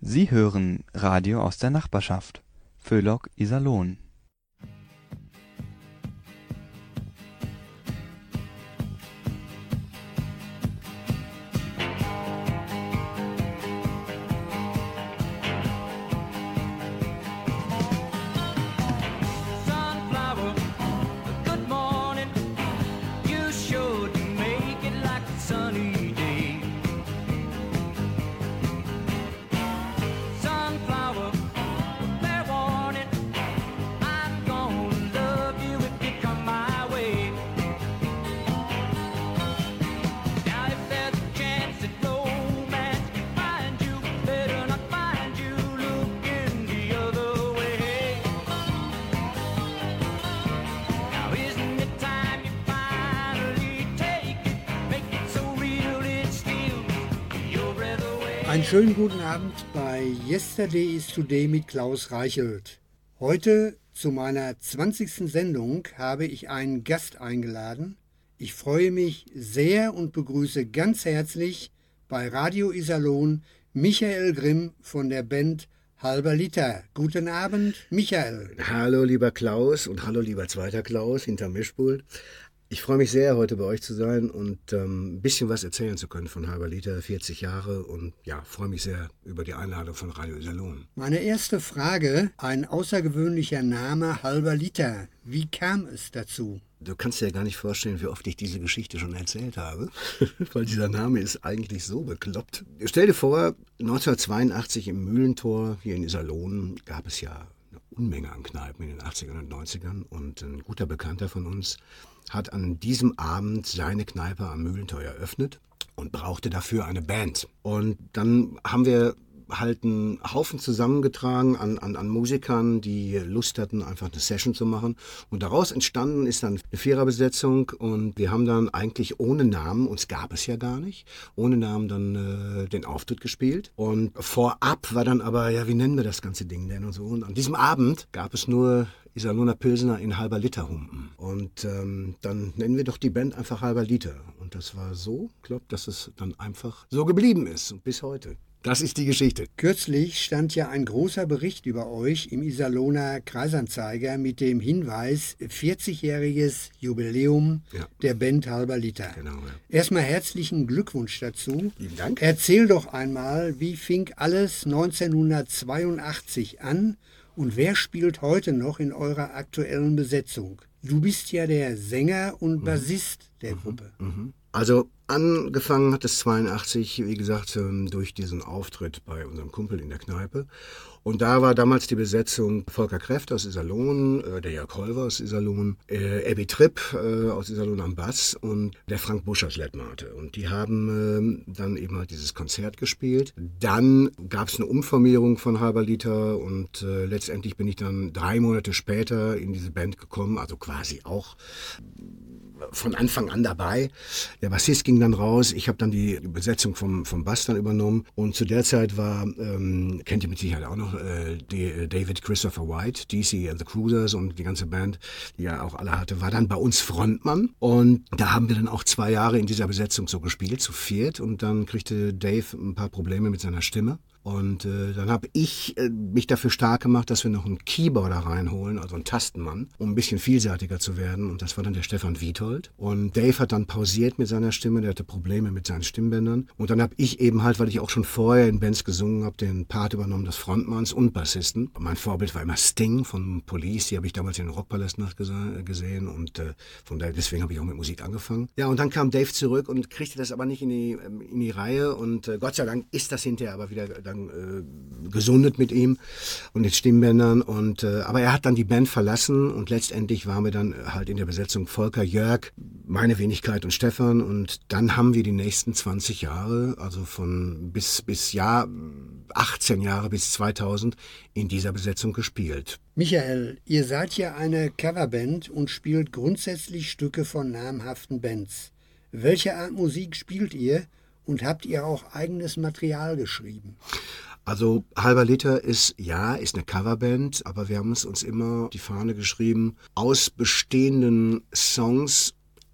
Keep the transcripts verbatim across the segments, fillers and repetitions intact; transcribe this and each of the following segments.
Sie hören Radio aus der Nachbarschaft. Föhlock Iserlohn. Einen schönen guten Abend bei Yesterday is Today mit Klaus Reichelt. Heute zu meiner zwanzigsten Sendung habe ich einen Gast eingeladen. Ich freue mich sehr und begrüße ganz herzlich bei Radio Iserlohn Michael Grimm von der Band Halber Liter. Guten Abend, Michael. Hallo lieber Klaus und hallo lieber zweiter Klaus hinter Mischpult. Ich freue mich sehr, heute bei euch zu sein und ähm, ein bisschen was erzählen zu können von Halber Liter, vierzig Jahre, und ja, freue mich sehr über die Einladung von Radio Iserlohn. Meine erste Frage, ein außergewöhnlicher Name, Halber Liter. Wie kam es dazu? Du kannst dir ja gar nicht vorstellen, wie oft ich diese Geschichte schon erzählt habe, weil dieser Name ist eigentlich so bekloppt. Stell dir vor, neunzehnhundertzweiundachtzig im Mühlentor hier in Iserlohn gab es ja eine Unmenge an Kneipen in den achtzigern und neunzigern, und ein guter Bekannter von uns hat an diesem Abend seine Kneipe am Mühlentor eröffnet und brauchte dafür eine Band. Und dann haben wir halt einen Haufen zusammengetragen an, an, an Musikern, die Lust hatten, einfach eine Session zu machen. Und daraus entstanden ist dann eine Viererbesetzung, und wir haben dann eigentlich ohne Namen, uns gab es ja gar nicht, ohne Namen dann äh, den Auftritt gespielt. Und vorab war dann aber, ja, wie nennen wir das ganze Ding denn und so. Und an diesem Abend gab es nur Iserlohner Pilsner in Halber Liter Humpen. Und ähm, dann nennen wir doch die Band einfach Halber Liter. Und das war so, ich glaube, dass es dann einfach so geblieben ist und bis heute. Das ist die Geschichte. Kürzlich stand ja ein großer Bericht über euch im Iserlohner Kreisanzeiger mit dem Hinweis vierzigjähriges Jubiläum ja. der Band Halber Liter. Genau, ja. Erstmal herzlichen Glückwunsch dazu. Vielen Dank. Erzähl doch einmal, wie fing alles neunzehnhundertzweiundachtzig an und wer spielt heute noch in eurer aktuellen Besetzung? Du bist ja der Sänger und Bassist der mhm. Gruppe. Mhm. Also angefangen hat es zweiundachtzig, wie gesagt, durch diesen Auftritt bei unserem Kumpel in der Kneipe. Und da war damals die Besetzung Volker Kräft aus Iserlohn, der Jörg Holver aus Iserlohn, äh, Abby Tripp äh, aus Iserlohn am Bass und der Frank Busch aus Lettmate. Und die haben äh, dann eben halt dieses Konzert gespielt. Dann gab es eine Umformierung von Halber Liter, und äh, letztendlich bin ich dann drei Monate später in diese Band gekommen, also quasi auch von Anfang an dabei. Der Bassist ging dann raus, ich habe dann die Besetzung vom, vom Bass dann übernommen, und zu der Zeit war, ähm, kennt ihr mit Sicherheit auch noch, äh, die, David Christopher White, D C and the Cruisers und die ganze Band, die er auch alle hatte, war dann bei uns Frontmann, und da haben wir dann auch zwei Jahre in dieser Besetzung so gespielt, zu viert, und dann kriegte Dave ein paar Probleme mit seiner Stimme. Und äh, dann habe ich äh, mich dafür stark gemacht, dass wir noch einen Keyboarder reinholen, also einen Tastenmann, um ein bisschen vielseitiger zu werden. Und das war dann der Stefan Wiethold. Und Dave hat dann pausiert mit seiner Stimme, der hatte Probleme mit seinen Stimmbändern. Und dann habe ich eben halt, weil ich auch schon vorher in Bands gesungen habe, den Part übernommen des Frontmanns und Bassisten. Und mein Vorbild war immer Sting von Police, die habe ich damals in den Rockpalastnacht gese- gesehen. Und äh, von daher, deswegen habe ich auch mit Musik angefangen. Ja, und dann kam Dave zurück und kriegte das aber nicht in die, in die Reihe. Und äh, Gott sei Dank ist das hinterher aber wieder dann Äh, gesundet mit ihm und den Stimmbändern, und äh, aber er hat dann die Band verlassen, und letztendlich waren wir dann halt in der Besetzung Volker, Jörg, meine Wenigkeit und Stefan, und dann haben wir die nächsten zwanzig Jahre, also von bis bis Jahr achtzehn Jahre bis zweitausend in dieser Besetzung gespielt. Michael, ihr seid ja eine Coverband und spielt grundsätzlich Stücke von namhaften Bands. Welche Art Musik spielt ihr? Und habt ihr auch eigenes Material geschrieben? Also Halber Liter ist, ja, ist eine Coverband, aber wir haben es uns immer die Fahne geschrieben, aus bestehenden Songs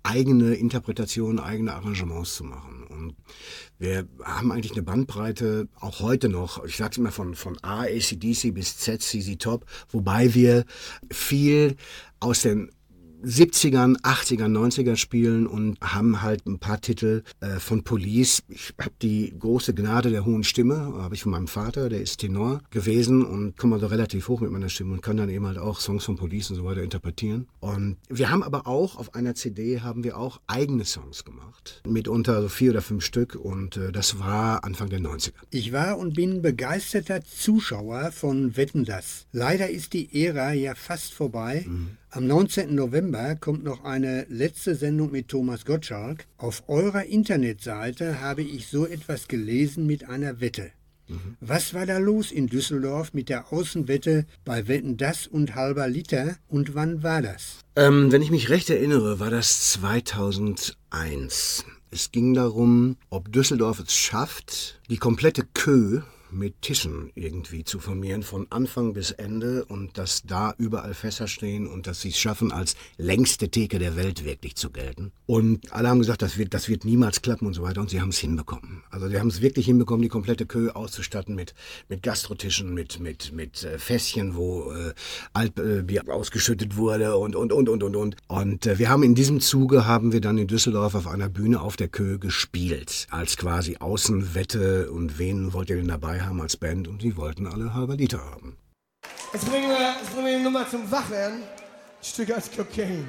eigene Interpretationen, eigene Arrangements zu machen. Und wir haben eigentlich eine Bandbreite, auch heute noch, ich sage es immer von, von A, A C D C bis Z, Z Z Top, wobei wir viel aus den siebzigern, achtzigern, neunzigern spielen und haben halt ein paar Titel äh, von Police. Ich habe die große Gnade der hohen Stimme, habe ich von meinem Vater, der ist Tenor gewesen und komme also relativ hoch mit meiner Stimme und kann dann eben halt auch Songs von Police und so weiter interpretieren. Und wir haben aber auch, auf einer C D haben wir auch eigene Songs gemacht, mitunter so vier oder fünf Stück und äh, das war Anfang der neunziger. Ich war und bin begeisterter Zuschauer von Wetten, dass. Leider ist die Ära ja fast vorbei. Mhm. Am neunzehnten November kommt noch eine letzte Sendung mit Thomas Gottschalk. Auf eurer Internetseite habe ich so etwas gelesen mit einer Wette. Mhm. Was war da los in Düsseldorf mit der Außenwette bei Wetten, dass und halber Liter und wann war das? Ähm, wenn ich mich recht erinnere, war das zweitausendeins. Es ging darum, ob Düsseldorf es schafft, die komplette Kö mit Tischen irgendwie zu formieren, von Anfang bis Ende und dass da überall Fässer stehen und dass sie es schaffen, als längste Theke der Welt wirklich zu gelten. Und alle haben gesagt, das wird, das wird niemals klappen und so weiter und sie haben es hinbekommen. Also sie haben es wirklich hinbekommen, die komplette Kö auszustatten mit, mit Gastrotischen, mit, mit, mit äh, Fässchen, wo äh, Altbier äh, ausgeschüttet wurde und, und, und, und, und, und. Und äh, wir haben in diesem Zuge, haben wir dann in Düsseldorf auf einer Bühne auf der Kö gespielt, als quasi Außenwette und wen wollt ihr denn dabei haben als Band und die wollten alle halber Liter haben. Jetzt bringen wir, jetzt bringen wir die Nummer zum Wachwerden. Ein Stück als Cocaine.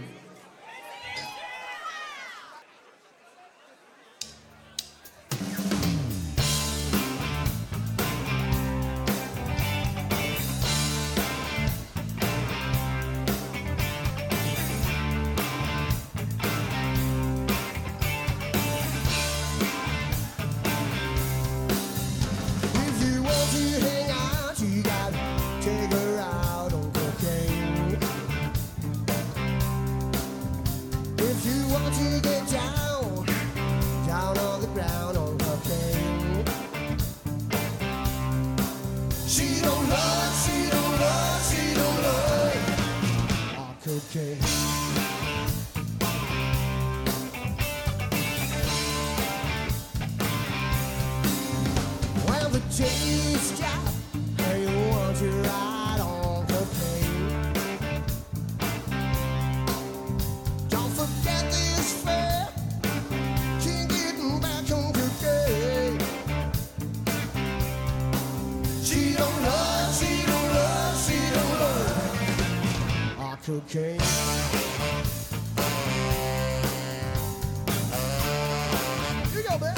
Cocaine. Here you go, man.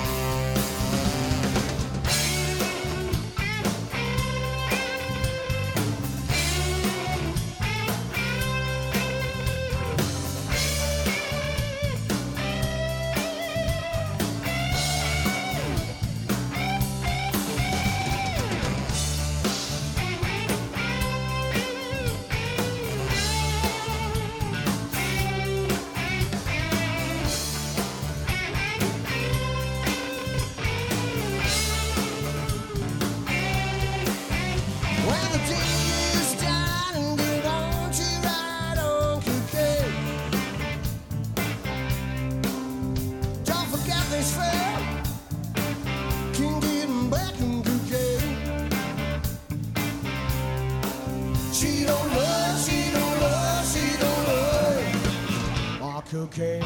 Cocaine.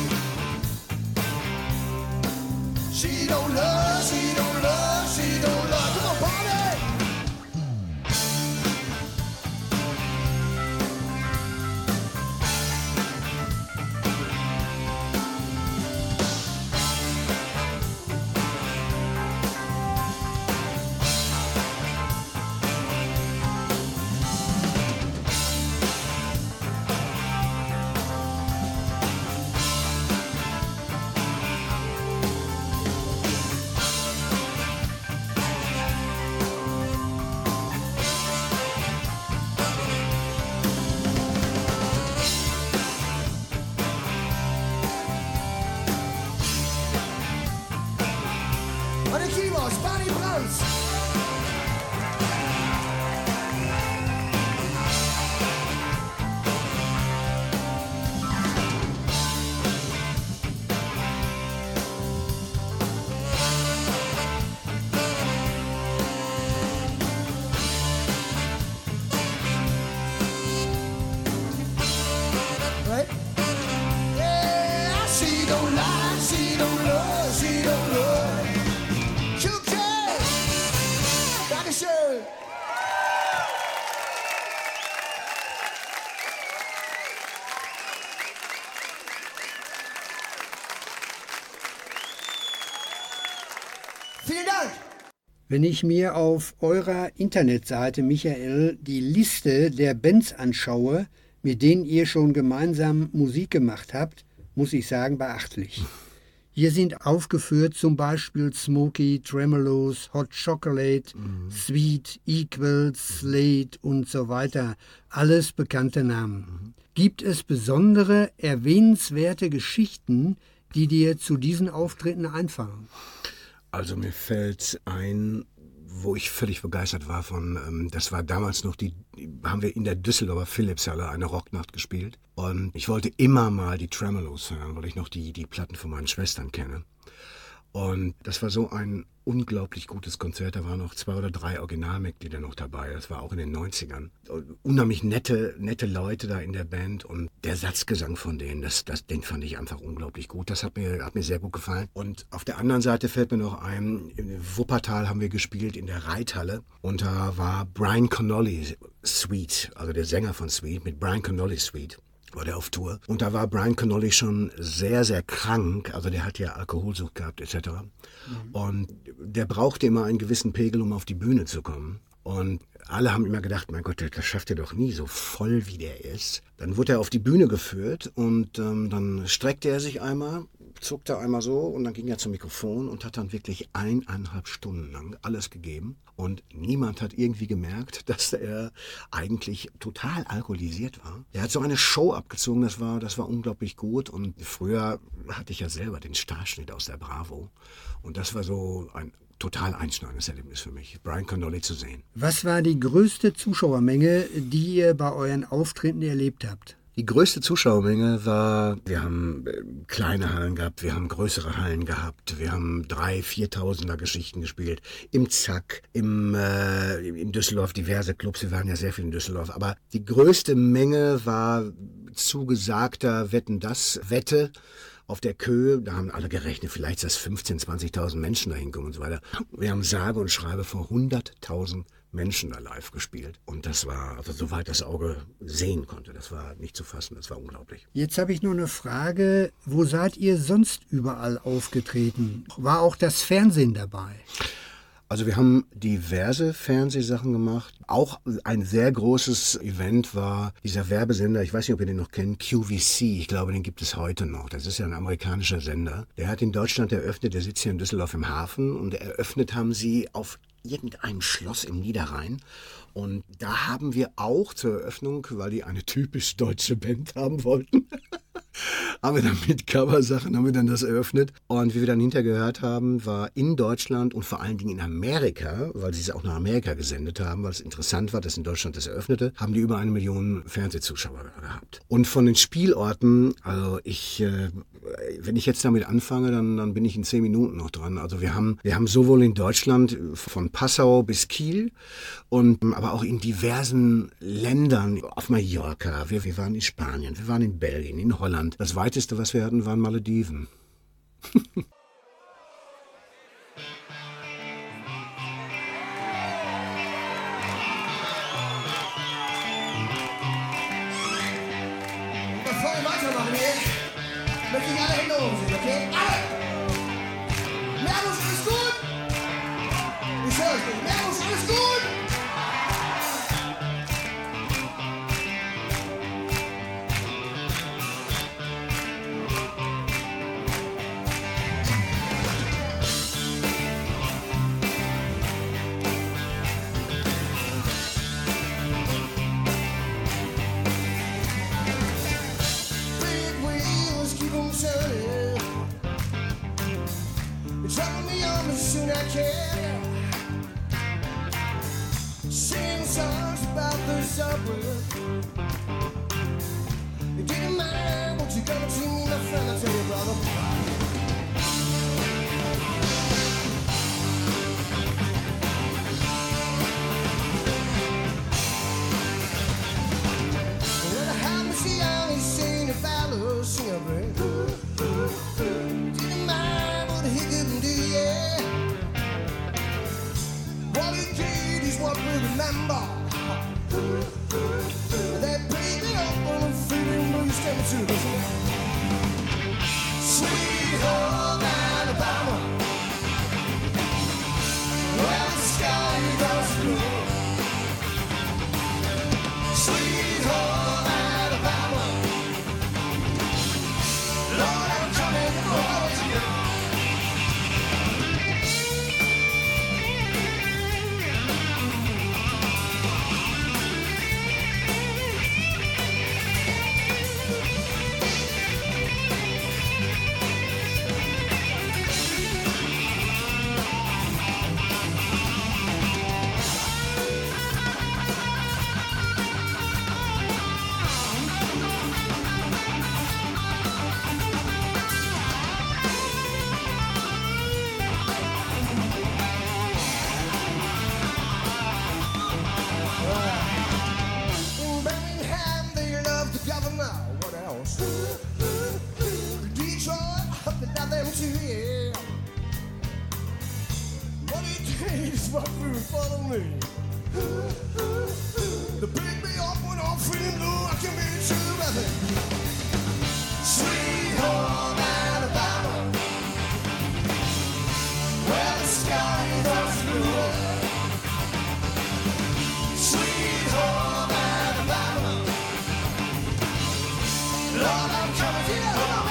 She don't love, she don't love, she don't love. Come on, party! Wenn ich mir auf eurer Internetseite, Michael, die Liste der Bands anschaue, mit denen ihr schon gemeinsam Musik gemacht habt, muss ich sagen, beachtlich. Hier sind aufgeführt zum Beispiel Smokey, Tremolos, Hot Chocolate, mhm. Sweet, Equals, Slade und so weiter. Alles bekannte Namen. Mhm. Gibt es besondere, erwähnenswerte Geschichten, die dir zu diesen Auftritten einfallen? Also mir fällt ein, wo ich völlig begeistert war von, ähm, das war damals noch die, haben wir in der Düsseldorfer Philipshalle eine Rocknacht gespielt. Und ich wollte immer mal die Tremolos hören, weil ich noch die, die Platten von meinen Schwestern kenne. Und das war so ein unglaublich gutes Konzert. Da waren noch zwei oder drei Originalmitglieder noch dabei. Das war auch in den neunzigern. Unheimlich nette, nette Leute da in der Band. Und der Satzgesang von denen, das, das, den fand ich einfach unglaublich gut. Das hat mir, hat mir sehr gut gefallen. Und auf der anderen Seite fällt mir noch ein, in Wuppertal haben wir gespielt in der Reithalle. Und da war Brian Connolly Suite, also der Sänger von Suite, mit Brian Connolly Suite. War der auf Tour. Und da war Brian Connolly schon sehr, sehr krank. Also der hat ja Alkoholsucht gehabt et cetera. Mhm. Und der brauchte immer einen gewissen Pegel, um auf die Bühne zu kommen. Und alle haben immer gedacht, mein Gott, das schafft er doch nie, so voll wie der ist. Dann wurde er auf die Bühne geführt und ähm, dann streckte er sich einmal, zuckte einmal so und dann ging er zum Mikrofon und hat dann wirklich eineinhalb Stunden lang alles gegeben. Und niemand hat irgendwie gemerkt, dass er eigentlich total alkoholisiert war. Er hat so eine Show abgezogen, das war, das war unglaublich gut. Und früher hatte ich ja selber den Starschnitt aus der Bravo. Und das war so ein total einschneidendes Erlebnis für mich, Brian Connolly zu sehen. Was war die größte Zuschauermenge, die ihr bei euren Auftritten erlebt habt? Die größte Zuschauermenge war, wir haben kleine Hallen gehabt, wir haben größere Hallen gehabt, wir haben drei, viertausender Geschichten gespielt, im Zack, im, äh, in Düsseldorf, diverse Clubs, wir waren ja sehr viel in Düsseldorf, aber die größte Menge war zugesagter Wetten-das-Wette auf der Köhe, da haben alle gerechnet, vielleicht sind das fünfzehntausend, zwanzigtausend Menschen da hinkommen und so weiter. Wir haben sage und schreibe vor hunderttausend Menschen da live gespielt. Und das war, also soweit das Auge sehen konnte, das war nicht zu fassen, das war unglaublich. Jetzt habe ich nur eine Frage, wo seid ihr sonst überall aufgetreten? War auch das Fernsehen dabei? Also wir haben diverse Fernsehsachen gemacht. Auch ein sehr großes Event war dieser Werbesender, ich weiß nicht, ob ihr den noch kennt, Q V C. Ich glaube, den gibt es heute noch. Das ist ja ein amerikanischer Sender. Der hat in Deutschland eröffnet, der sitzt hier in Düsseldorf im Hafen. Und eröffnet haben sie auf irgendeinem Schloss im Niederrhein. Und da haben wir auch zur Eröffnung, weil die eine typisch deutsche Band haben wollten, haben wir dann mit Coversachen, haben wir dann das eröffnet. Und wie wir dann hinterher gehört haben, war in Deutschland und vor allen Dingen in Amerika, weil sie es auch nach Amerika gesendet haben, weil es interessant war, dass in Deutschland das eröffnete, haben die über eine Million Fernsehzuschauer gehabt. Und von den Spielorten, also ich, äh, wenn ich jetzt damit anfange, dann, dann bin ich in zehn Minuten noch dran. Also wir haben, wir haben sowohl in Deutschland von Passau bis Kiel und aber auch in diversen Ländern, auf Mallorca, wir, wir waren in Spanien, wir waren in Belgien, in Holland. Das weiteste, was wir hatten, waren Malediven. Bevor wir weitermachen hier, möchte ich alle Hände oben sehen, okay? Alle! Nervus, alles gut? Ich höre euch nicht. Nervus, alles gut? Soon I can sing songs about the subway. You didn't mind, won't you come and see me, my friend? I tell you, brother. When I have me see how he's singing the ballad, sing a break. Didn't mind what he couldn't do, yeah. What he did is what we remember. They played it up on a feeling blues coming to us. Sweet home Alabama. Well, through, follow me. To pick me up when I'm feeling blue, I can be true, baby. Sweet home Alabama, where the sky is blue. Sweet home Alabama, Lord, I'm coming to you, baby.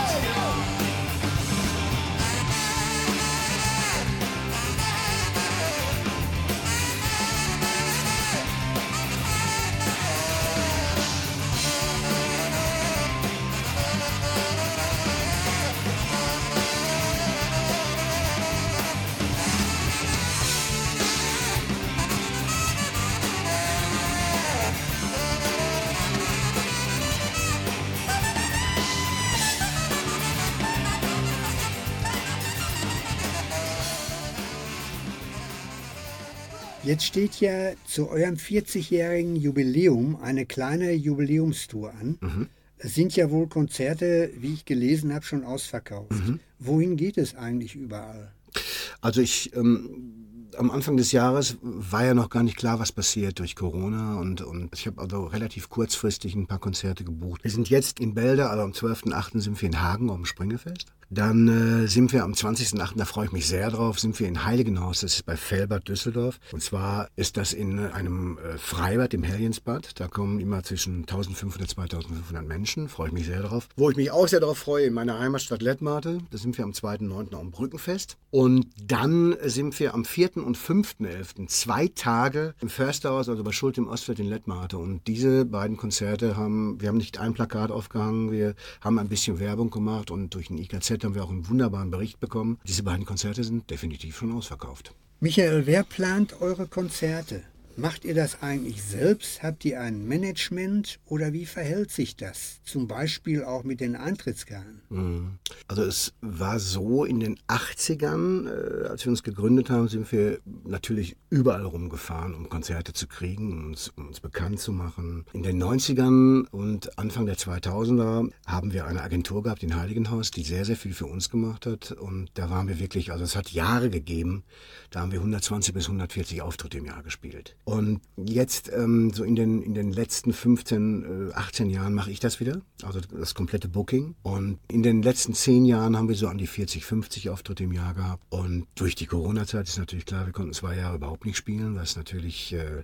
Jetzt steht ja zu eurem vierzigjährigen Jubiläum eine kleine Jubiläumstour an. Mhm. Es sind ja wohl Konzerte, wie ich gelesen habe, schon ausverkauft. Mhm. Wohin geht es eigentlich überall? Also ich, ähm, am Anfang des Jahres war ja noch gar nicht klar, was passiert durch Corona und, und ich habe also relativ kurzfristig ein paar Konzerte gebucht. Wir sind jetzt in Bälde, also am zwölften achten sind wir in Hagen auf dem Springefest. Dann äh, sind wir am zwanzigsten achten, da freue ich mich sehr drauf, sind wir in Heiligenhaus, das ist bei Velbert, Düsseldorf. Und zwar ist das in einem äh, Freibad im Helliensbad. Da kommen immer zwischen eintausendfünfhundert, zweitausendfünfhundert Menschen, freue ich mich sehr drauf. Wo ich mich auch sehr drauf freue, in meiner Heimatstadt Lettmate, da sind wir am zweiten neunten am Brückenfest. Und dann sind wir am vierten und fünften elften zwei Tage im Försterhaus, also bei Schulte im Ostfeld in Lettmate. Und diese beiden Konzerte haben, wir haben nicht ein Plakat aufgehangen, wir haben ein bisschen Werbung gemacht und durch den I K Z haben wir auch einen wunderbaren Bericht bekommen. Diese beiden Konzerte sind definitiv schon ausverkauft. Michael, wer plant eure Konzerte? Macht ihr das eigentlich selbst? Habt ihr ein Management oder wie verhält sich das? Zum Beispiel auch mit den Eintrittskarten? Also es war so, in den achtzigern, äh, als wir uns gegründet haben, sind wir natürlich überall rumgefahren, um Konzerte zu kriegen, um uns, um uns bekannt zu machen. In den neunzigern und Anfang der zweitausender haben wir eine Agentur gehabt in Heiligenhaus, die sehr, sehr viel für uns gemacht hat. Und da waren wir wirklich, also es hat Jahre gegeben, da haben wir hundertzwanzig bis hundertvierzig Auftritte im Jahr gespielt. Und jetzt, ähm, so in den, in den letzten fünfzehn, äh, achtzehn Jahren mache ich das wieder, also das komplette Booking. Und in den letzten zehn Jahren haben wir so an die vierzig, fünfzig Auftritte im Jahr gehabt. Und durch die Corona-Zeit ist natürlich klar, wir konnten zwei Jahre überhaupt nicht spielen, was natürlich äh,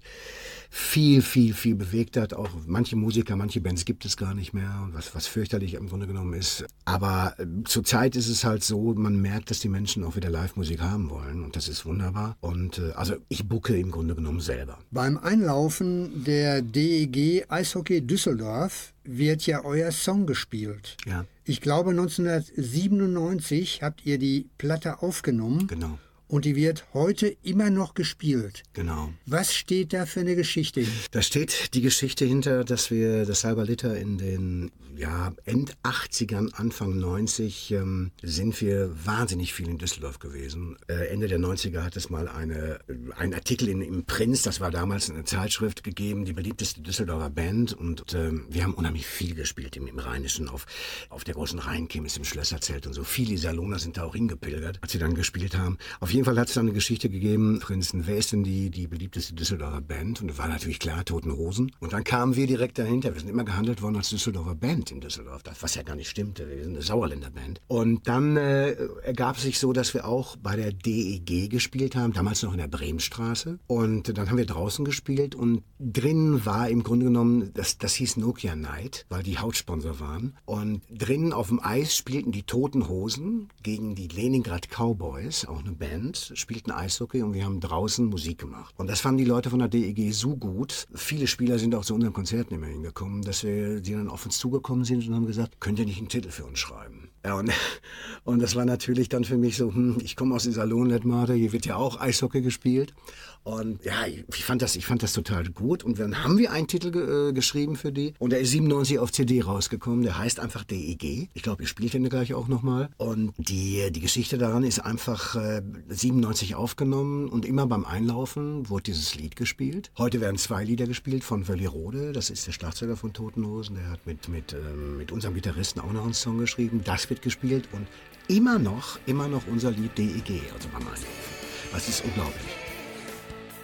viel, viel, viel bewegt hat. Auch manche Musiker, manche Bands gibt es gar nicht mehr, und was, was fürchterlich im Grunde genommen ist. Aber äh, zurzeit ist es halt so, man merkt, dass die Menschen auch wieder Live-Musik haben wollen. Und das ist wunderbar. Und äh, also ich booke im Grunde genommen selber. Beim Einlaufen der D E G Eishockey Düsseldorf wird ja euer Song gespielt. Ja. Ich glaube, neunzehnhundertsiebenundneunzig habt ihr die Platte aufgenommen. Genau. Und die wird heute immer noch gespielt. Genau. Was steht da für eine Geschichte hin? Da steht die Geschichte hinter, dass wir das Halber Liter in den ja, End-achtzigern, Anfang neunzig ähm, sind wir wahnsinnig viel in Düsseldorf gewesen. Äh, Ende der neunziger hat es mal eine, einen Artikel in, im Prinz, das war damals eine Zeitschrift, gegeben, die beliebteste Düsseldorfer Band. Und äh, wir haben unheimlich viel gespielt im, im Rheinischen, auf, auf der großen Rheinkirmes im Schlösserzelt und so. Viele Iserlohner sind da auch hingepilgert, als sie dann gespielt haben. Auf jeden Fall hat es dann eine Geschichte gegeben, Prinzen, wer ist denn die, die beliebteste Düsseldorfer Band? Und das war natürlich klar, Toten Hosen. Und dann kamen wir direkt dahinter. Wir sind immer gehandelt worden als Düsseldorfer Band in Düsseldorf, das, was ja gar nicht stimmte. Wir sind eine Sauerländer Band. Und dann äh, ergab es sich so, dass wir auch bei der D E G gespielt haben, damals noch in der Bremenstraße. Und dann haben wir draußen gespielt und drinnen war im Grunde genommen, das, das hieß Nokia Night, weil die Hauptsponsor waren. Und drinnen auf dem Eis spielten die Toten Hosen gegen die Leningrad Cowboys, auch eine Band, spielten Eishockey und wir haben draußen Musik gemacht. Und das fanden die Leute von der D E G so gut. Viele Spieler sind auch zu unseren Konzerten immer hingekommen, dass wir die dann auf uns zugekommen sind und haben gesagt, könnt ihr nicht einen Titel für uns schreiben? Ja, und, und das war natürlich dann für mich so, hm, ich komme aus Iserlohn, Lettmate, hier wird ja auch Eishockey gespielt. Und ja, ich fand das, ich fand das total gut. Und dann haben wir einen Titel ge, äh, geschrieben für die. Und der ist siebenundneunzig auf C D rausgekommen. Der heißt einfach D E G. Ich glaube, ihr spielt den gleich auch nochmal. Und die, die Geschichte daran ist einfach äh, siebenundneunzig aufgenommen. Und immer beim Einlaufen wurde dieses Lied gespielt. Heute werden zwei Lieder gespielt von Wölli Rode. Das ist der Schlagzeuger von Toten Hosen. Der hat mit, mit, ähm, mit unserem Gitarristen auch noch einen Song geschrieben. Das wird gespielt. Und immer noch, immer noch unser Lied D E G. Also beim Einlaufen. Das ist unglaublich.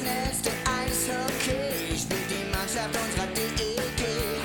schnellste Eishockey spielt die Mannschaft unserer D E G.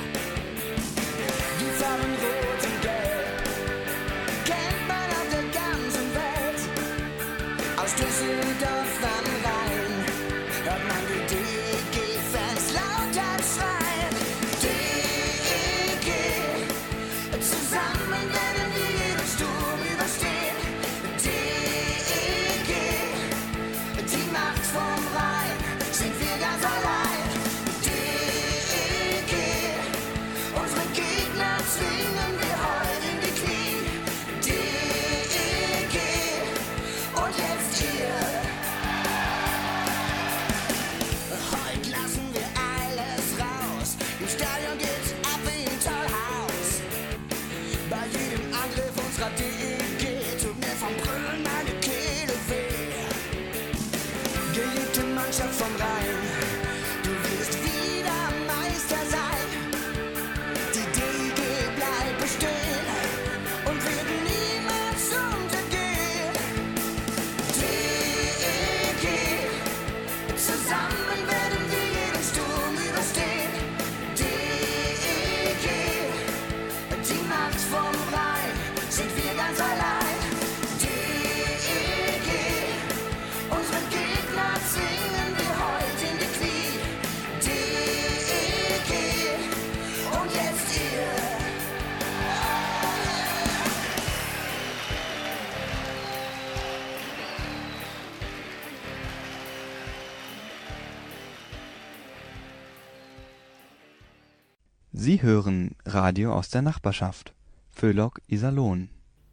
Die Farben rot und gelb kennt man auf der ganzen Welt. Aus Düsseldorf am Rhein hört man die D E G-Fans lauter schreien. D E G, zusammen werden wir jeden Sturm überstehen. D E G, die Macht vom Rhein, sind wir ganz allein. D E G, unsere Gegner zwingen wir heute in die Knie. D E G, und jetzt ihr. Heute lassen wir alles raus. Im Stadion geht's ab wie ein Tollhaus. Bei jedem Angriff unserer D E G tut mir vom Brüllen meine Kehle weh. Geliebte Mannschaft vom Rhein, du wirst wieder Meister sein. Die D E G bleibt bestehen und wird niemals untergehen. D E G, zusammen werden wir jeden Sturm überstehen. D E G, die Macht vom Rhein, sind wir ganz allein. D E G, unsere Gegner zwingen wir heute in die Knie. D E G, und jetzt ihr. Sie hören Radio aus der Nachbarschaft. Föhlock, Iserlohn.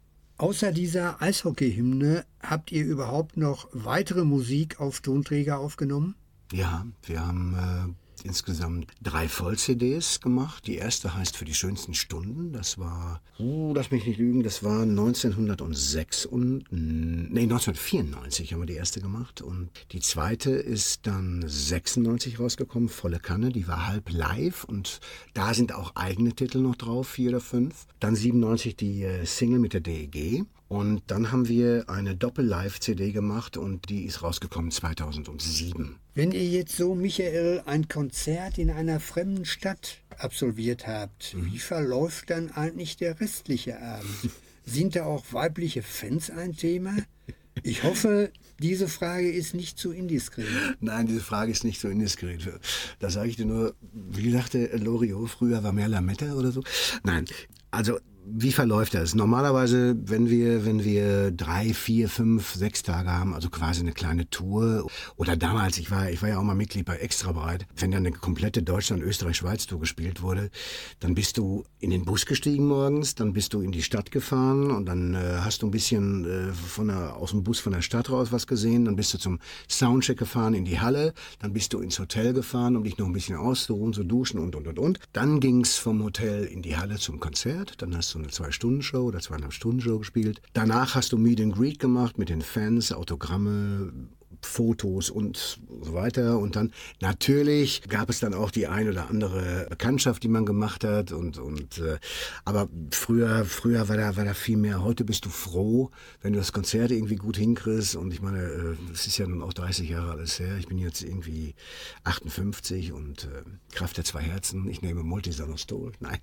Außer dieser Eishockey-Hymne habt ihr überhaupt noch weitere Musik auf Tonträger aufgenommen? Ja, wir haben äh, insgesamt drei Voll-C Ds gemacht. Die erste heißt Für die schönsten Stunden. Das war, uh, lass mich nicht lügen, das war neunzehnhundertsechs und, nee, neunzehnhundertvierundneunzig haben wir die erste gemacht. Und die zweite ist dann sechsundneunzig rausgekommen, Volle Kanne. Die war halb live und da sind auch eigene Titel noch drauf, vier oder fünf. Dann siebenundneunzig die äh, Single mit der D E G. Und dann haben wir eine Doppel-Live-C D gemacht und die ist rausgekommen zweitausendsieben. Wenn ihr jetzt so, Michael, ein Konzert in einer fremden Stadt absolviert habt, wie verläuft dann eigentlich der restliche Abend? Sind da auch weibliche Fans ein Thema? Ich hoffe, diese Frage ist nicht zu indiskret. Nein, diese Frage ist nicht so indiskret. Da sage ich dir nur, wie sagte Loriot, früher war mehr Lametta oder so. Nein, also wie verläuft das? Normalerweise, wenn wir, wenn wir drei, vier, fünf, sechs Tage haben, also quasi eine kleine Tour. Oder damals, ich war, ich war ja auch mal Mitglied bei Extra Breit. Wenn dann eine komplette Deutschland-, Österreich-Schweiz-Tour gespielt wurde, dann bist du in den Bus gestiegen morgens, dann bist du in die Stadt gefahren und dann äh, hast du ein bisschen äh, von der, aus dem Bus von der Stadt raus was gesehen. Dann bist du zum Soundcheck gefahren in die Halle. Dann bist du ins Hotel gefahren, um dich noch ein bisschen auszuruhen, zu duschen und, und, und, und. Dann ging's vom Hotel in die Halle zum Konzert. Dann hast du so eine Zwei-Stunden-Show oder Zweieinhalb-Stunden-Show gespielt. Danach hast du Meet and Greet gemacht mit den Fans, Autogramme, Fotos und so weiter. Und dann natürlich gab es dann auch die ein oder andere Bekanntschaft, die man gemacht hat. Und, und äh, aber früher, früher war da, war da viel mehr. Heute bist du froh, wenn du das Konzert irgendwie gut hinkriegst. Und ich meine, äh, das ist ja nun auch dreißig Jahre alles her. Ich bin jetzt irgendwie achtundfünfzig und äh, Kraft der zwei Herzen. Ich nehme Multisanostol. Nein.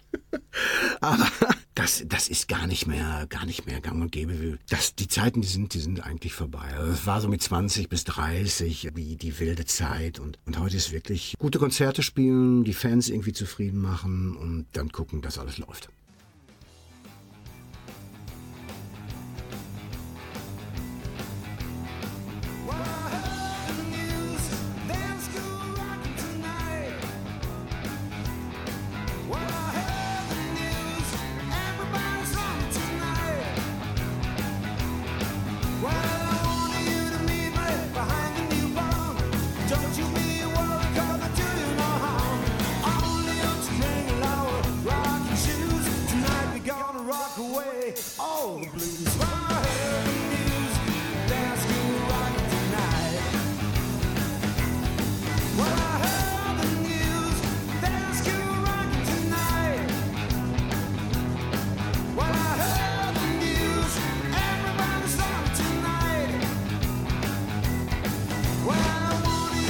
Aber das, das ist gar nicht mehr, gar nicht mehr gang und gäbe. Das, die Zeiten, die sind, die sind eigentlich vorbei. Also es war so mit zwanzig bis dreißig, wie die wilde Zeit. Und, und heute ist wirklich gute Konzerte spielen, die Fans irgendwie zufrieden machen und dann gucken, dass alles läuft. Well, I wanna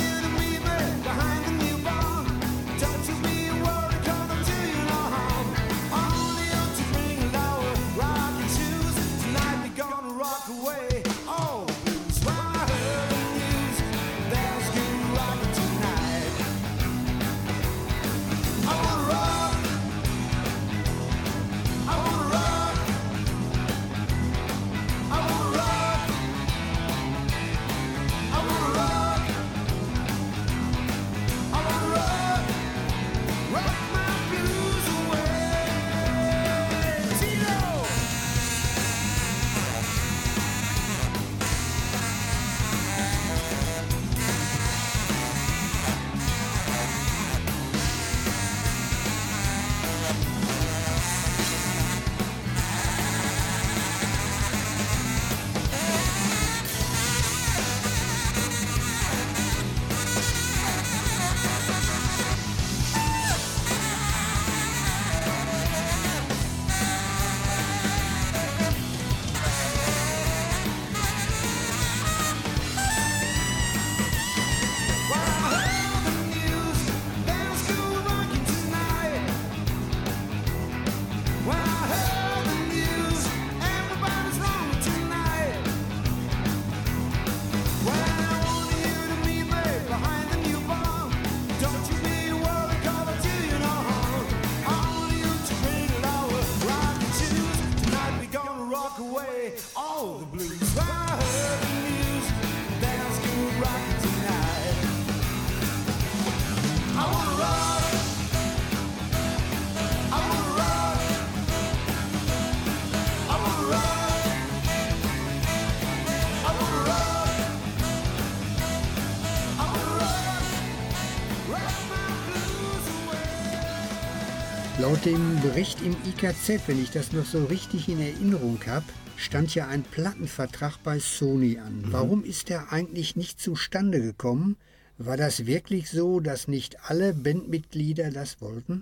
please. I heard the news, dance to rock tonight. I wanna rock, I wanna rock, I wanna rock, I wanna rock, I wanna rock, rock my blues away. Laut dem Bericht im I K Z, wenn ich das noch so richtig in Erinnerung habe, stand ja ein Plattenvertrag bei Sony an. Mhm. Warum ist der eigentlich nicht zustande gekommen? War das wirklich so, dass nicht alle Bandmitglieder das wollten?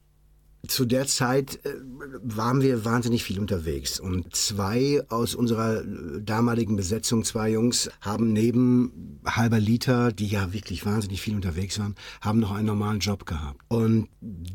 Zu der Zeit äh, waren wir wahnsinnig viel unterwegs und zwei aus unserer äh, damaligen Besetzung, zwei Jungs, haben neben Halber Liter, die ja wirklich wahnsinnig viel unterwegs waren, haben noch einen normalen Job gehabt. Und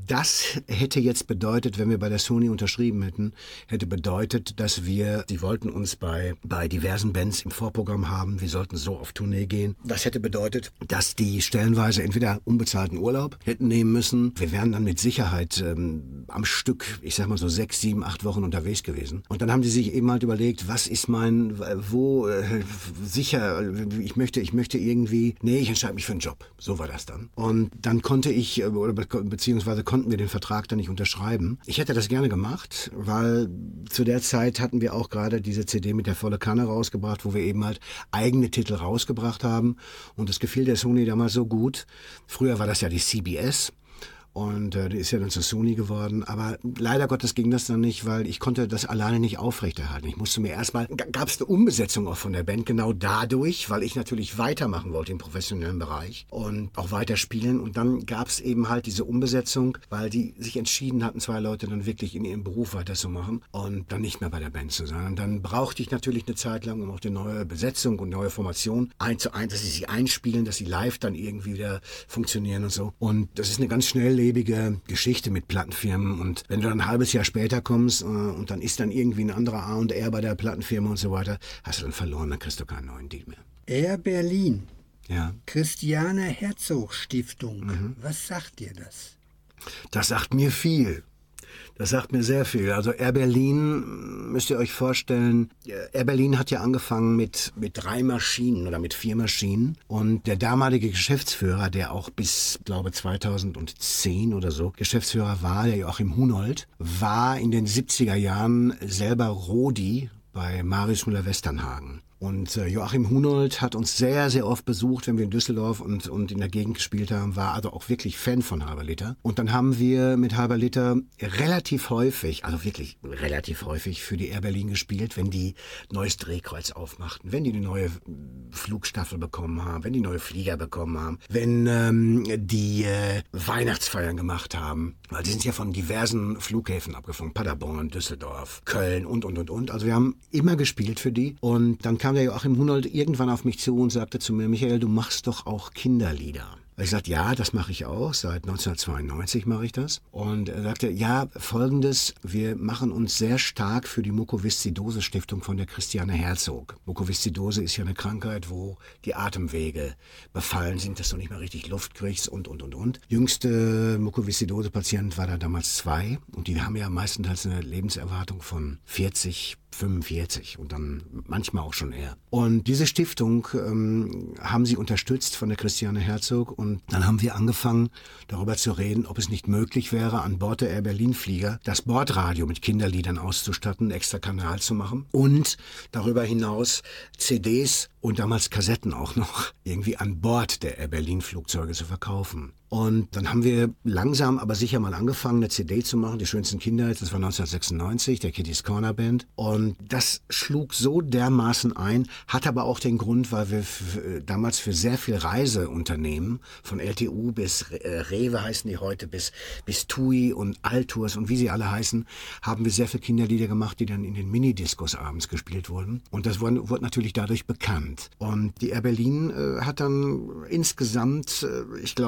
das hätte jetzt bedeutet, wenn wir bei der Sony unterschrieben hätten, hätte bedeutet, dass wir, die wollten uns bei, bei diversen Bands im Vorprogramm haben, wir sollten so auf Tournee gehen. Das hätte bedeutet, dass die stellenweise entweder unbezahlten Urlaub hätten nehmen müssen. Wir wären dann mit Sicherheit ähm, am Stück, ich sag mal so sechs, sieben, acht Wochen unterwegs gewesen. Und dann haben die sich eben halt überlegt, was ist mein, wo, äh, sicher, ich möchte, ich möchte irgendwie, nee, ich entscheide mich für einen Job. So war das dann. Und dann konnte ich, oder beziehungsweise konnten wir den Vertrag dann nicht unterschreiben. Ich hätte das gerne gemacht, weil zu der Zeit hatten wir auch gerade diese C D mit der volle Kanne rausgebracht, wo wir eben halt eigene Titel rausgebracht haben. Und das gefiel der Sony damals so gut. Früher war das ja die C B S. Und äh, die ist ja dann zur Sony geworden. Aber leider Gottes ging das dann nicht, weil ich konnte das alleine nicht aufrechterhalten. Ich musste mir erstmal, gab es eine Umbesetzung auch von der Band, genau dadurch, weil ich natürlich weitermachen wollte im professionellen Bereich und auch weiter spielen. Und dann gab es eben halt diese Umbesetzung, weil die sich entschieden hatten, zwei Leute dann wirklich in ihrem Beruf weiterzumachen und dann nicht mehr bei der Band zu sein. Und dann brauchte ich natürlich eine Zeit lang, um auch die neue Besetzung und neue Formation eins zu eins, dass sie sich einspielen, dass sie live dann irgendwie wieder funktionieren und so. Und das ist eine ganz schnelllebige Geschichte mit Plattenfirmen. Und wenn du dann ein halbes Jahr später kommst äh, und dann ist dann irgendwie ein anderer A und R bei der Plattenfirma und so weiter, hast du dann verloren, dann kriegst du keinen neuen Deal mehr. Air Berlin. Ja. Christiane Herzog Stiftung. Mhm. Was sagt dir das? Das sagt mir viel. Das sagt mir sehr viel. Also Air Berlin, müsst ihr euch vorstellen, Air Berlin hat ja angefangen mit, mit drei Maschinen oder mit vier Maschinen. Und der damalige Geschäftsführer, der auch bis, glaube zweitausendzehn oder so Geschäftsführer war, der Joachim Hunold, war in den siebziger Jahren selber Rodi bei Marius Müller-Westernhagen. Und äh, Joachim Hunold hat uns sehr, sehr oft besucht, wenn wir in Düsseldorf und, und in der Gegend gespielt haben, war also auch wirklich Fan von Halber Liter. Und dann haben wir mit Halber Liter relativ häufig, also wirklich relativ häufig für die Air Berlin gespielt, wenn die neues Drehkreuz aufmachten, wenn die eine neue Flugstaffel bekommen haben, wenn die neue Flieger bekommen haben, wenn ähm, die äh, Weihnachtsfeiern gemacht haben. Weil die sind ja von diversen Flughäfen abgeflogen, Paderborn, Düsseldorf, Köln und, und, und, und. Also wir haben immer gespielt für die. Und dann kam der Joachim Hunold irgendwann auf mich zu und sagte zu mir, Michael, du machst doch auch Kinderlieder. Ich sagte, ja, das mache ich auch. Seit neunzehnhundertzweiundneunzig mache ich das. Und er sagte, ja, Folgendes, wir machen uns sehr stark für die Mukoviszidose-Stiftung von der Christiane Herzog. Mukoviszidose ist ja eine Krankheit, wo die Atemwege befallen sind, dass du nicht mehr richtig Luft kriegst und, und, und, und. Jüngste Mukoviszidose-Patient war da damals zwei. Und die haben ja meistens eine Lebenserwartung von vierzig, fünfundvierzig und dann manchmal auch schon eher. Und diese Stiftung ähm, haben sie unterstützt von der Christiane Herzog und dann haben wir angefangen, darüber zu reden, ob es nicht möglich wäre, an Bord der Air Berlin Flieger das Bordradio mit Kinderliedern auszustatten, einen extra Kanal zu machen und darüber hinaus C Ds und damals Kassetten auch noch irgendwie an Bord der Air Berlin Flugzeuge zu verkaufen. Und dann haben wir langsam, aber sicher mal angefangen, eine C D zu machen, die schönsten Kinder, das war neunzehnhundertsechsundneunzig, der Kitty's Corner Band. Und das schlug so dermaßen ein, hat aber auch den Grund, weil wir f- damals für sehr viel Reiseunternehmen, von L T U bis äh, Rewe heißen die heute, bis, bis TUI und Altours und wie sie alle heißen, haben wir sehr viele Kinderlieder gemacht, die dann in den Minidiscos abends gespielt wurden. Und das wurde, wurde natürlich dadurch bekannt. Und die Air Berlin äh, hat dann insgesamt, äh, ich glaube,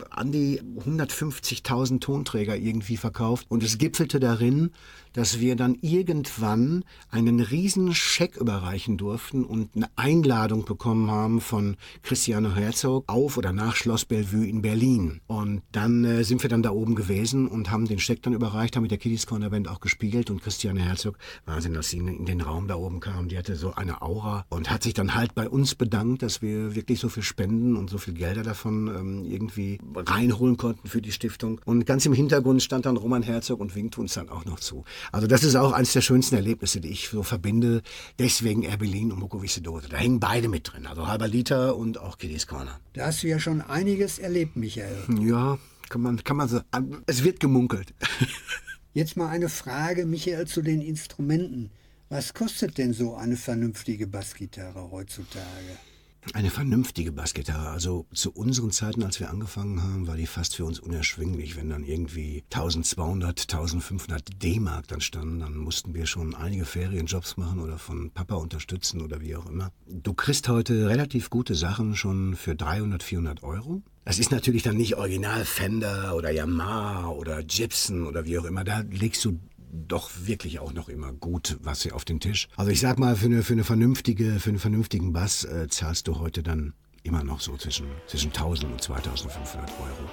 an die hundertfünfzigtausend Tonträger irgendwie verkauft. Und es gipfelte darin, dass wir dann irgendwann einen riesen Scheck überreichen durften und eine Einladung bekommen haben von Christiane Herzog auf oder nach Schloss Bellevue in Berlin. Und dann äh, sind wir dann da oben gewesen und haben den Scheck dann überreicht, haben mit der Kiddies Corner Band auch gespielt. Und Christiane Herzog, Wahnsinn, dass sie in, in den Raum da oben kam, die hatte so eine Aura und hat sich dann halt bei uns bedankt, dass wir wirklich so viel spenden und so viel Gelder davon ähm, irgendwie reinholen konnten für die Stiftung. Und ganz im Hintergrund stand dann Roman Herzog und winkte uns dann auch noch zu. Also das ist auch eines der schönsten Erlebnisse, die ich so verbinde. Deswegen Air Berlin und Mukowissedose. Da hängen beide mit drin. Also Halber Liter und auch Kiddies Corner. Da hast du ja schon einiges erlebt, Michael. Ja, kann man, kann man so. Es wird gemunkelt. Jetzt mal eine Frage, Michael, zu den Instrumenten. Was kostet denn so eine vernünftige Bassgitarre heutzutage? Eine vernünftige Bassgitarre. Also zu unseren Zeiten, als wir angefangen haben, war die fast für uns unerschwinglich. Wenn dann irgendwie eintausendzweihundert, eintausendfünfhundert D-Mark dann standen, dann mussten wir schon einige Ferienjobs machen oder von Papa unterstützen oder wie auch immer. Du kriegst heute relativ gute Sachen schon für dreihundert, vierhundert Euro. Das ist natürlich dann nicht Original Fender oder Yamaha oder Gibson oder wie auch immer. Da legst du doch wirklich auch noch immer gut was hier auf den Tisch. Also ich sag mal, für eine, für eine vernünftige, für einen vernünftigen Bass äh, zahlst du heute dann immer noch so zwischen, zwischen tausend und zweitausendfünfhundert Euro.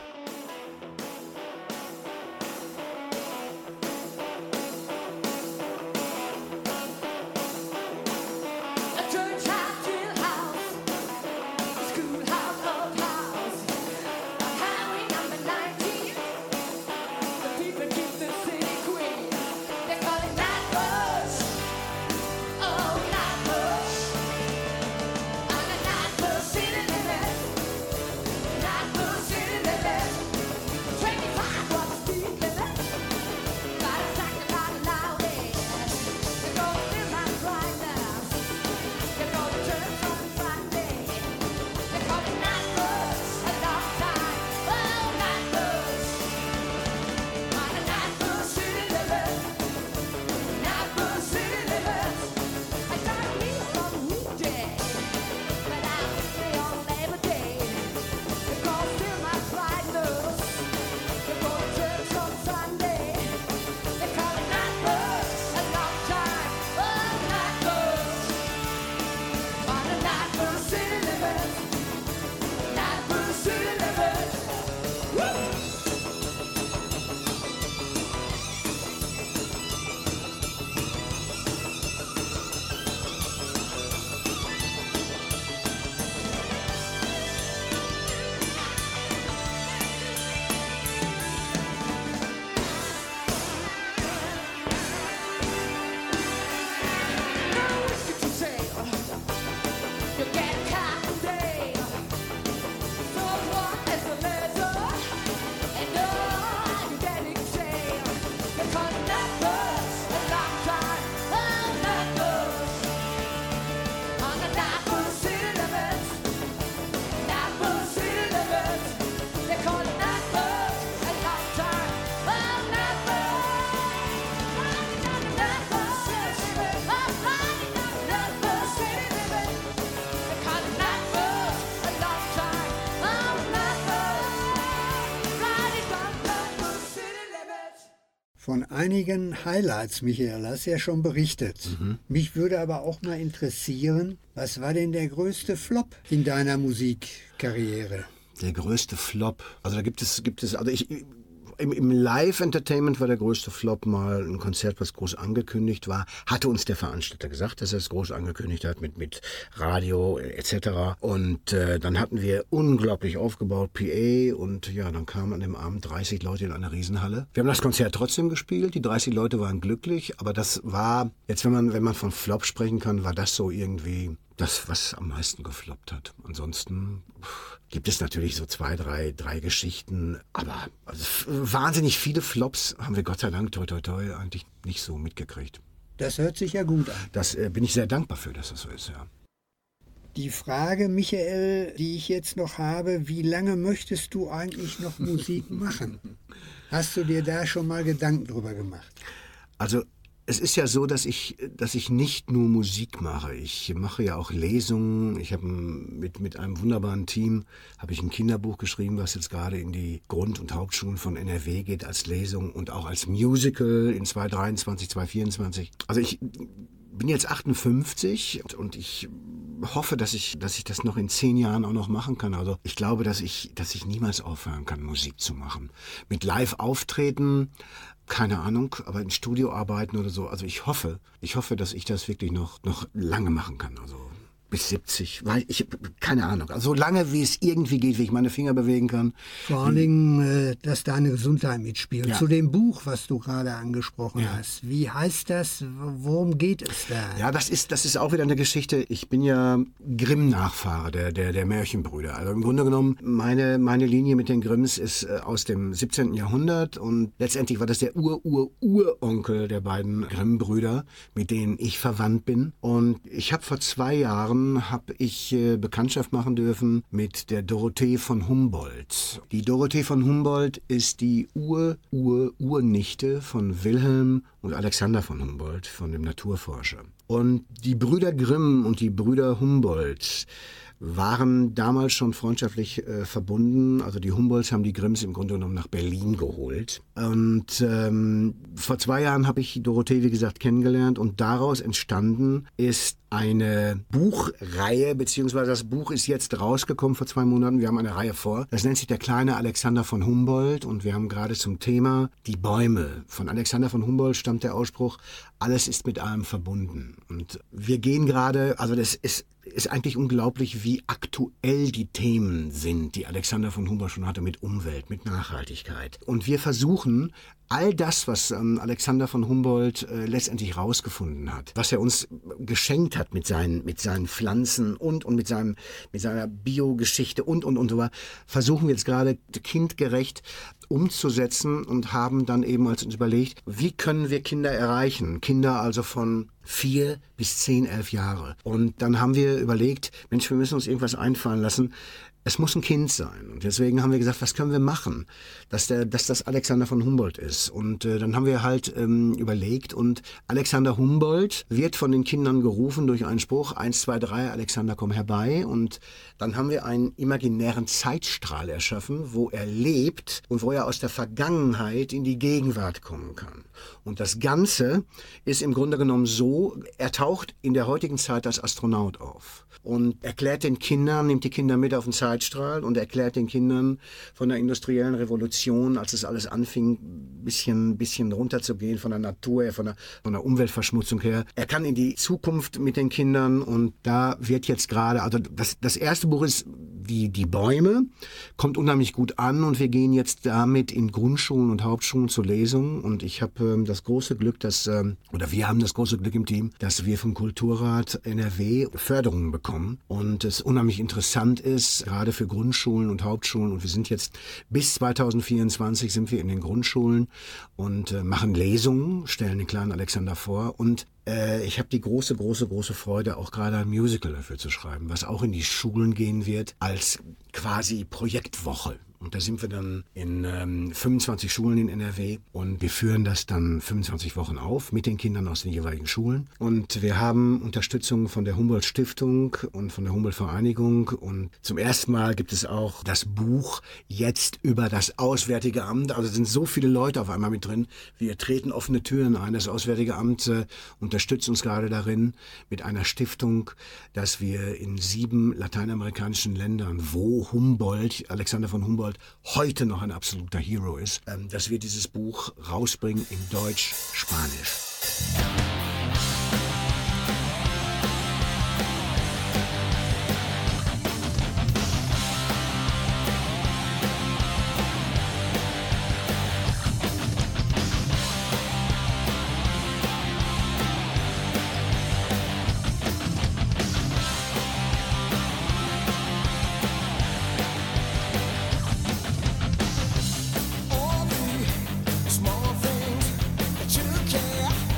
Von einigen Highlights, Michael, hast du ja schon berichtet. Mhm. Mich würde aber auch mal interessieren, was war denn der größte Flop in deiner Musikkarriere? Der größte Flop? Also da gibt es, gibt es, also ich... Im, im Live-Entertainment war der größte Flop mal ein Konzert, was groß angekündigt war. Hatte uns der Veranstalter gesagt, dass er es groß angekündigt hat mit, mit Radio et cetera. Und äh, dann hatten wir unglaublich aufgebaut P A und ja, dann kamen an dem Abend dreißig Leute in eine Riesenhalle. Wir haben das Konzert trotzdem gespielt, die dreißig Leute waren glücklich, aber das war, jetzt wenn man, wenn man von Flop sprechen kann, war das so irgendwie das, was am meisten gefloppt hat. Ansonsten pff, gibt es natürlich so zwei, drei, drei Geschichten, aber also, wahnsinnig viele Flops haben wir Gott sei Dank, toi toi toi, eigentlich nicht so mitgekriegt. Das hört sich ja gut an. Das äh, bin ich sehr dankbar für, dass das so ist, ja. Die Frage, Michael, die ich jetzt noch habe, wie lange möchtest du eigentlich noch Musik machen? Hast du dir da schon mal Gedanken drüber gemacht? Also es ist ja so, dass ich, dass ich nicht nur Musik mache. Ich mache ja auch Lesungen. Ich habe mit, mit einem wunderbaren Team habe ich ein Kinderbuch geschrieben, was jetzt gerade in die Grund- und Hauptschulen von N R W geht als Lesung und auch als Musical in zwanzig dreiundzwanzig, zwanzig vierundzwanzig. Also ich bin jetzt achtundfünfzig und ich hoffe, dass ich, dass ich das noch in zehn Jahren auch noch machen kann. Also ich glaube, dass ich, dass ich niemals aufhören kann, Musik zu machen. Mit Live-Auftreten, keine Ahnung, aber in Studioarbeiten oder so. Also ich hoffe, ich hoffe, dass ich das wirklich noch, noch lange machen kann. Also bis siebzig, weil ich, keine Ahnung. Also so lange, wie es irgendwie geht, wie ich meine Finger bewegen kann. Vor allen Dingen, äh, dass deine Gesundheit mitspielt. Ja. Zu dem Buch, was du gerade angesprochen Ja. hast. Wie heißt das? Worum geht es da? Ja, das ist, das ist auch wieder eine Geschichte. Ich bin ja Grimm-Nachfahre der, der, der Märchenbrüder. Also im Grunde genommen, meine, meine Linie mit den Grimms ist äh, aus dem siebzehnten Jahrhundert und letztendlich war das der Ur-Ur-Uronkel der beiden Grimm-Brüder, mit denen ich verwandt bin. Und ich habe vor zwei Jahren habe ich äh, Bekanntschaft machen dürfen mit der Dorothee von Humboldt. Die Dorothee von Humboldt ist die Ur-Ur-Urnichte von Wilhelm und Alexander von Humboldt, von dem Naturforscher. Und die Brüder Grimm und die Brüder Humboldt waren damals schon freundschaftlich äh, verbunden. Also die Humboldts haben die Grimms im Grunde genommen nach Berlin geholt. Und ähm, vor zwei Jahren habe ich Dorothee, wie gesagt, kennengelernt und daraus entstanden ist eine Buchreihe, beziehungsweise das Buch ist jetzt rausgekommen vor zwei Monaten. Wir haben eine Reihe vor. Das nennt sich Der kleine Alexander von Humboldt und wir haben gerade zum Thema die Bäume. Von Alexander von Humboldt stammt der Ausspruch, alles ist mit allem verbunden. Und wir gehen gerade, also das ist ist eigentlich unglaublich, wie aktuell die Themen sind, die Alexander von Humboldt schon hatte mit Umwelt, mit Nachhaltigkeit. Und wir versuchen, all das, was ähm, Alexander von Humboldt äh, letztendlich rausgefunden hat, was er uns geschenkt hat mit seinen, mit seinen Pflanzen und, und mit, seinem, mit seiner Biogeschichte und, und, und so weiter, versuchen wir jetzt gerade kindgerecht umzusetzen und haben dann eben als uns überlegt, wie können wir Kinder erreichen? Kinder also von vier bis zehn, elf Jahre. Und dann haben wir überlegt, Mensch, wir müssen uns irgendwas einfallen lassen. Es muss ein Kind sein. Und deswegen haben wir gesagt, was können wir machen, dass, der, dass das Alexander von Humboldt ist. Und äh, dann haben wir halt ähm, überlegt und Alexander Humboldt wird von den Kindern gerufen durch einen Spruch, eins, zwei, drei, Alexander, komm herbei. Und dann haben wir einen imaginären Zeitstrahl erschaffen, wo er lebt und wo er aus der Vergangenheit in die Gegenwart kommen kann. Und das Ganze ist im Grunde genommen so, er taucht in der heutigen Zeit als Astronaut auf und erklärt den Kindern, nimmt die Kinder mit auf den Zeitstrahl und erklärt den Kindern von der industriellen Revolution, als es alles anfing, bisschen, bisschen runterzugehen von der Natur her, von der, von der Umweltverschmutzung her. Er kann in die Zukunft mit den Kindern und da wird jetzt gerade, also das, das erste Buch ist die, die Bäume, kommt unheimlich gut an und wir gehen jetzt damit in Grundschulen und Hauptschulen zur Lesung und ich habe ähm, das große Glück, dass, ähm, oder wir haben das große Glück im Team, dass wir vom Kulturrat N R W Förderungen bekommen und es unheimlich interessant ist, gerade für Grundschulen und Hauptschulen und wir sind jetzt bis zwanzig vierundzwanzig sind wir in den Grundschulen und äh, machen Lesungen, stellen den kleinen Alexander vor und äh, ich habe die große, große, große Freude, auch gerade ein Musical dafür zu schreiben, was auch in die Schulen gehen wird als quasi Projektwoche. Und da sind wir dann in ähm, fünfundzwanzig Schulen in N R W und wir führen das dann fünfundzwanzig Wochen auf mit den Kindern aus den jeweiligen Schulen. Und wir haben Unterstützung von der Humboldt Stiftung und von der Humboldt Vereinigung. Und zum ersten Mal gibt es auch das Buch jetzt über das Auswärtige Amt. Also sind so viele Leute auf einmal mit drin. Wir treten offene Türen ein. Das Auswärtige Amt äh, unterstützt uns gerade darin mit einer Stiftung, dass wir in sieben lateinamerikanischen Ländern, wo Humboldt, Alexander von Humboldt, heute noch ein absoluter Hero ist, ähm, dass wir dieses Buch rausbringen in Deutsch, Spanisch. All the small things that you care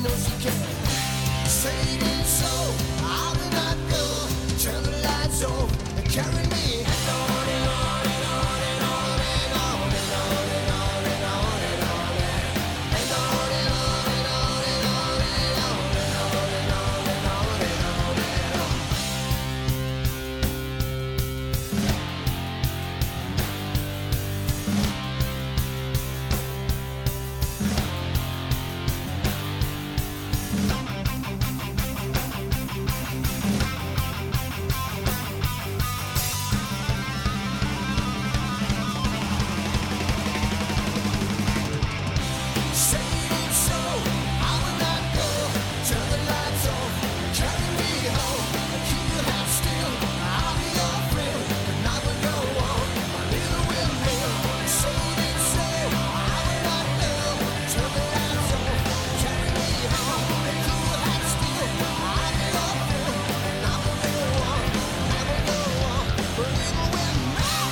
know she can. Say it ain't so, I will not go. Turn the lights off and carry me. And on and on and on and on and on and on and on and on and on and on and on and on and on and on and on and on and on and on and on. Say it ain't so, I will not go. Turn the lights off, carry me home. Keep your heart still, I'll be your friend. The night will go on, my little windmill. Say it ain't so, I will not go. Turn the lights off, carry me home. Keep your heart still, I'll be your friend. The night will go on, the night will go on, my little windmill.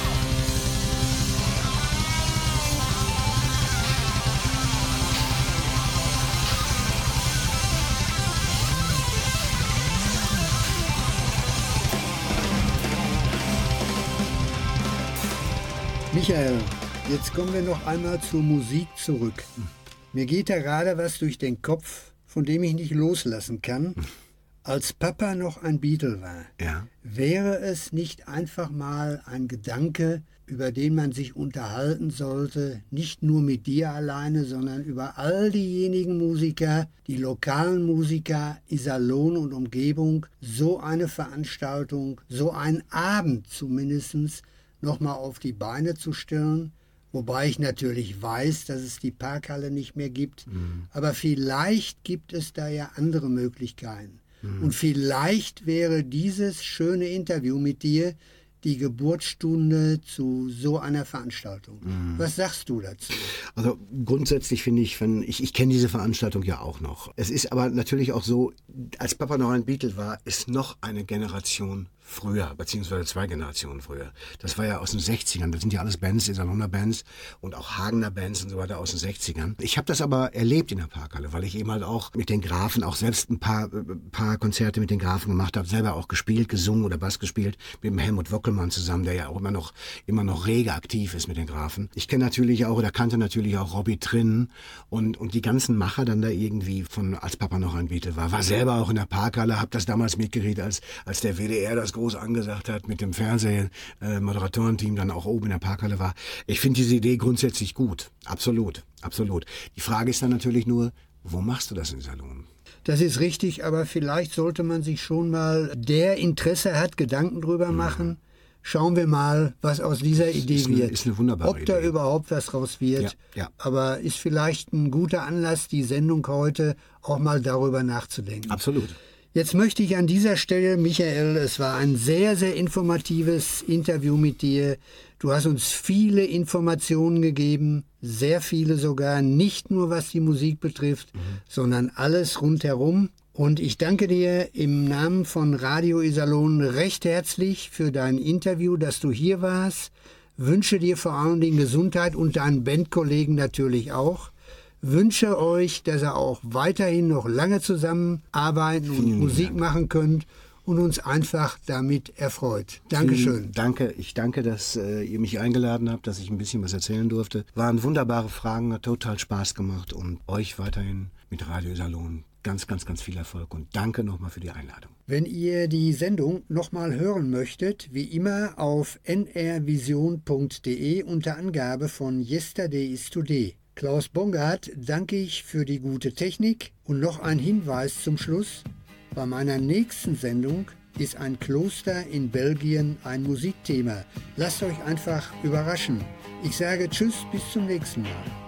Michael, jetzt kommen wir noch einmal zur Musik zurück. Mir geht da gerade was durch den Kopf, von dem ich nicht loslassen kann. Als Papa noch ein Beatle war, Ja. wäre es nicht einfach mal ein Gedanke, über den man sich unterhalten sollte, nicht nur mit dir alleine, sondern über all diejenigen Musiker, die lokalen Musiker, Iserlohn und Umgebung, so eine Veranstaltung, so einen Abend zumindest nochmal auf die Beine zu stellen, wobei ich natürlich weiß, dass es die Parkhalle nicht mehr gibt, Mhm. aber vielleicht gibt es da ja andere Möglichkeiten. Und vielleicht wäre dieses schöne Interview mit dir die Geburtsstunde zu so einer Veranstaltung. Was sagst du dazu? Also grundsätzlich finde ich, wenn ich, ich kenne diese Veranstaltung ja auch noch. Es ist aber natürlich auch so, als Papa noch ein Beatle war, ist noch eine Generation früher, beziehungsweise zwei Generationen früher. Das war ja aus den sechzigern. Das sind ja alles Bands, Iserlohner Bands und auch Hagener Bands und so weiter aus den sechzigern. Ich habe das aber erlebt in der Parkhalle, weil ich eben halt auch mit den Grafen, auch selbst ein paar, äh, paar Konzerte mit den Grafen gemacht habe, selber auch gespielt, gesungen oder Bass gespielt, mit dem Helmut Wockelmann zusammen, der ja auch immer noch, immer noch rege aktiv ist mit den Grafen. Ich kenne natürlich auch, oder kannte natürlich auch Robbie Trinn und, und die ganzen Macher dann da irgendwie von, als Papa noch ein Beatle war. War selber auch in der Parkhalle, habe das damals mitgekriegt, als, als der W D R das groß angesagt hat, mit dem Fernseh-Moderatorenteam dann auch oben in der Parkhalle war. Ich finde diese Idee grundsätzlich gut. Absolut, absolut. Die Frage ist dann natürlich nur, wo machst du das in Iserlohn? Das ist richtig, aber vielleicht sollte man sich schon mal, der Interesse hat, Gedanken drüber machen. Schauen wir mal, was aus dieser Idee ist eine, wird. Ist eine wunderbare Ob da Idee. überhaupt was raus wird. Ja, ja. Aber ist vielleicht ein guter Anlass, die Sendung heute auch mal darüber nachzudenken. Absolut. Jetzt möchte ich an dieser Stelle, Michael, es war ein sehr, sehr informatives Interview mit dir. Du hast uns viele Informationen gegeben, sehr viele sogar, nicht nur was die Musik betrifft, mhm. sondern alles rundherum. Und ich danke dir im Namen von Radio Iserlohn recht herzlich für dein Interview, dass du hier warst. Wünsche dir vor allen Dingen Gesundheit und deinen Bandkollegen natürlich auch. Wünsche euch, dass ihr auch weiterhin noch lange zusammenarbeiten und Vielen Musik Dank. machen könnt und uns einfach damit erfreut. Dankeschön. Vielen Danke, ich danke, dass äh, ihr mich eingeladen habt, dass ich ein bisschen was erzählen durfte. Waren wunderbare Fragen, hat total Spaß gemacht und euch weiterhin mit Radio Iserlohn ganz, ganz, ganz viel Erfolg und danke nochmal für die Einladung. Wenn ihr die Sendung nochmal hören möchtet, wie immer auf n r vision punkt d e unter Angabe von Yesterday is Today. Klaus Bongard danke ich für die gute Technik und noch ein Hinweis zum Schluss. Bei meiner nächsten Sendung ist ein Kloster in Belgien ein Musikthema. Lasst euch einfach überraschen. Ich sage Tschüss, bis zum nächsten Mal.